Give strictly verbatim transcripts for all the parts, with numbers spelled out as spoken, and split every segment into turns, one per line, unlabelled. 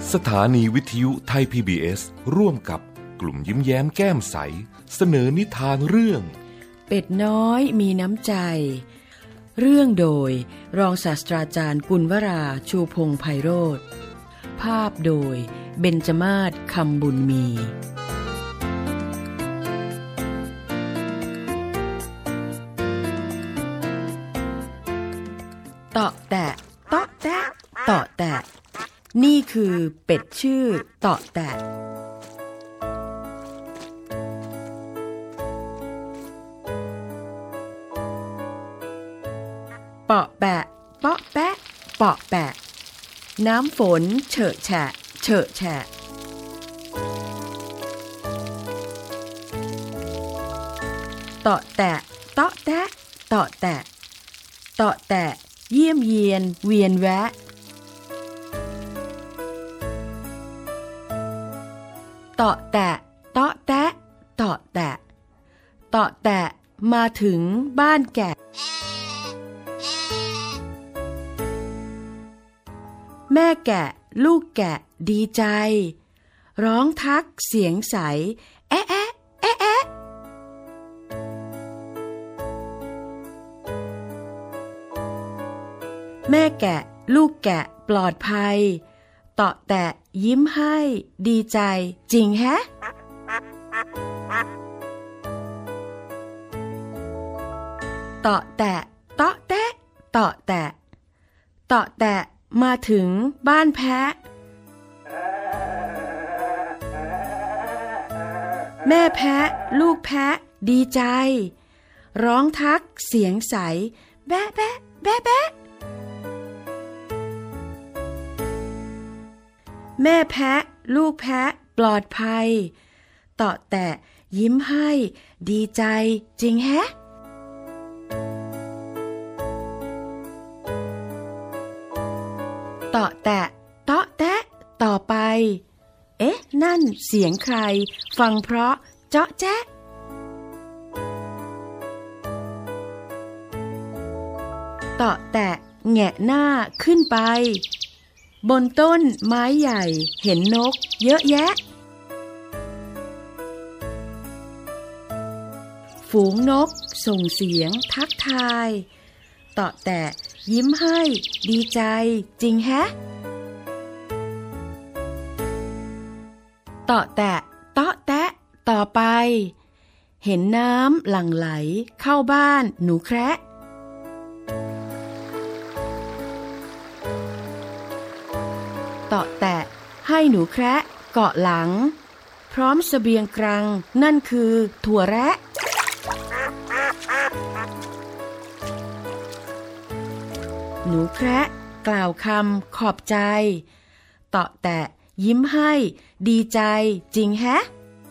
สถานีวิทยุไทย พี บี เอส ร่วมกับกลุ่มยิ้มแย้มแก้มใสเสนอนิทานเรื่อง
เป็ดน้อยมีน้ำใจเรื่องโดยรองศาสตราจารย์กุลวราชูพงษ์ไพโรจน์ภาพโดยเบญจมาศคำบุญมีเตาะแตะเตาะแตะเตาะแตะนี่คือเป็ดชื่อเตาะแตะเปาะแปะเปาะแปะเปาะแปะน้ำฝนเฉอะแฉะเฉอะแฉะเตาะแตะเตาะแตะเตาะแตะเตาะแตะเยี่ยมเยียนเวียนแวะเตาะแตะเตาะแตะเตาะแตะเตาะแตะมาถึงบ้านแกะแม่แกะลูกแกะดีใจร้องทักเสียงใสแอะแอะแอะแอะแม่แกะลูกแกะปลอดภัยเตาะแตะยิ้มให้ดีใจจริงแฮะเตาะแตะเตาะแตะเตาะแตะเตาะแตะมาถึงบ้านแพะแม่แพะลูกแพะดีใจร้องทักเสียงใสแบะแบะแบะแบะแม่แพะลูกแพะปลอดภัยเตาะแตะยิ้มให้ดีใจจริงแฮะเตาะแตะเตาะแตะต่อไปเอ๊ะนั่นเสียงใครฟังเพราะเจาะแจ๊ะเตาะแตะแงะหน้าขึ้นไปบนต้นไม้ใหญ่เห็นนกเยอะแยะฝูงนกส่งเสียงทักทายเตาะแตะยิ้มให้ดีใจจริงแฮะเตาะแตะเตาะแตะต่อไปเห็นน้ำหลั่งไหลเข้าบ้านหนูแคระเตาะแตะให้หนูแคระเกาะหลังพร้อมเสบียงกรังนั่นคือถั่วแระหนูแคระกล่าวคำขอบใจเตาะแตะยิ้มให้ดีใจจริงแฮะ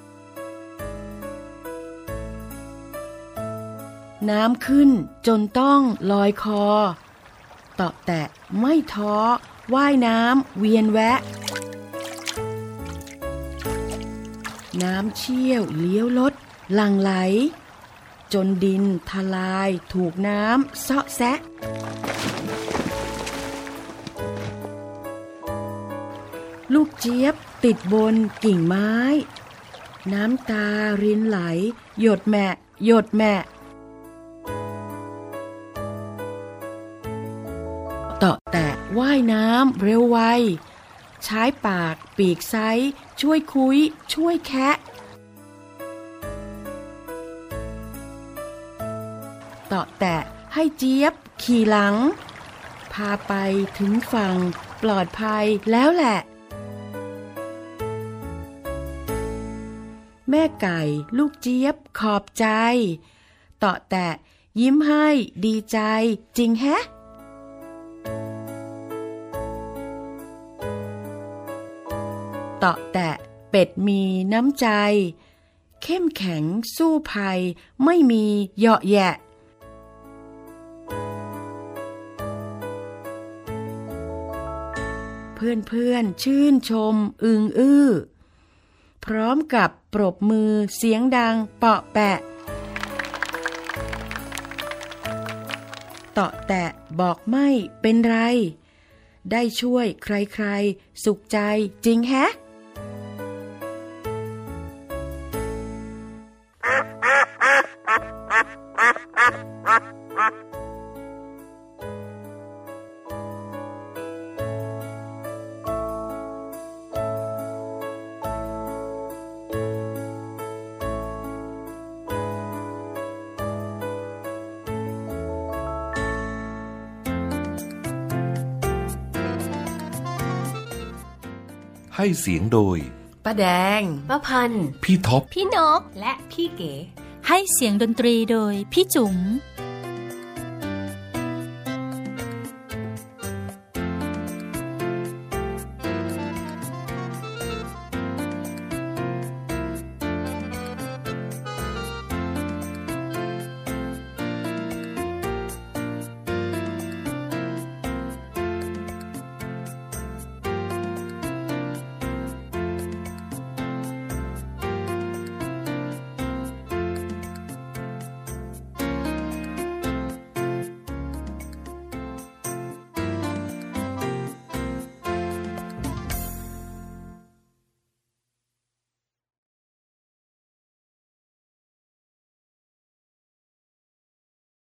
น้ำขึ้นจนต้องลอยคอเตาะแตะไม่ท้อว่ายน้ำเวียนแวะน้ำเชี่ยวเลี้ยวลดหลั่งไหลจนดินทลายถูกน้ำเซาะแซะลูกเจี๊ยบติดบนกิ่งไม้น้ำตารินไหลหยดแมะหยดแมะเตาะแตะว่ายน้ำเร็วไวใช้ปากปีกไซช่วยคุยช่วยแคะเตาะแตะให้เจี๊ยบขี่หลังพาไปถึงฝั่งปลอดภัยแล้วแหละแม่ไก่ลูกเจี๊ยบขอบใจเตาะแตะยิ้มให้ดีใจจริงแฮะเตาะแตะเป็ดมีน้ำใจเข้มแข็งสู้ภัยไม่มีเหยาะแยะเพื่อนๆชื่นชมอึงอื้อพร้อมกับปรบมือเสียงดังเปาะแปะเตาะแตะบอกไม่เป็นไรได้ช่วยใครๆสุขใจจริงแฮะ
ให้เสียงโดย
ป้าแดง
ป้าพันธุ์
พี่ท็อป
พี่นกและพี่เก๋
ให้เสียงดนตรีโดยพี่จุ๋ม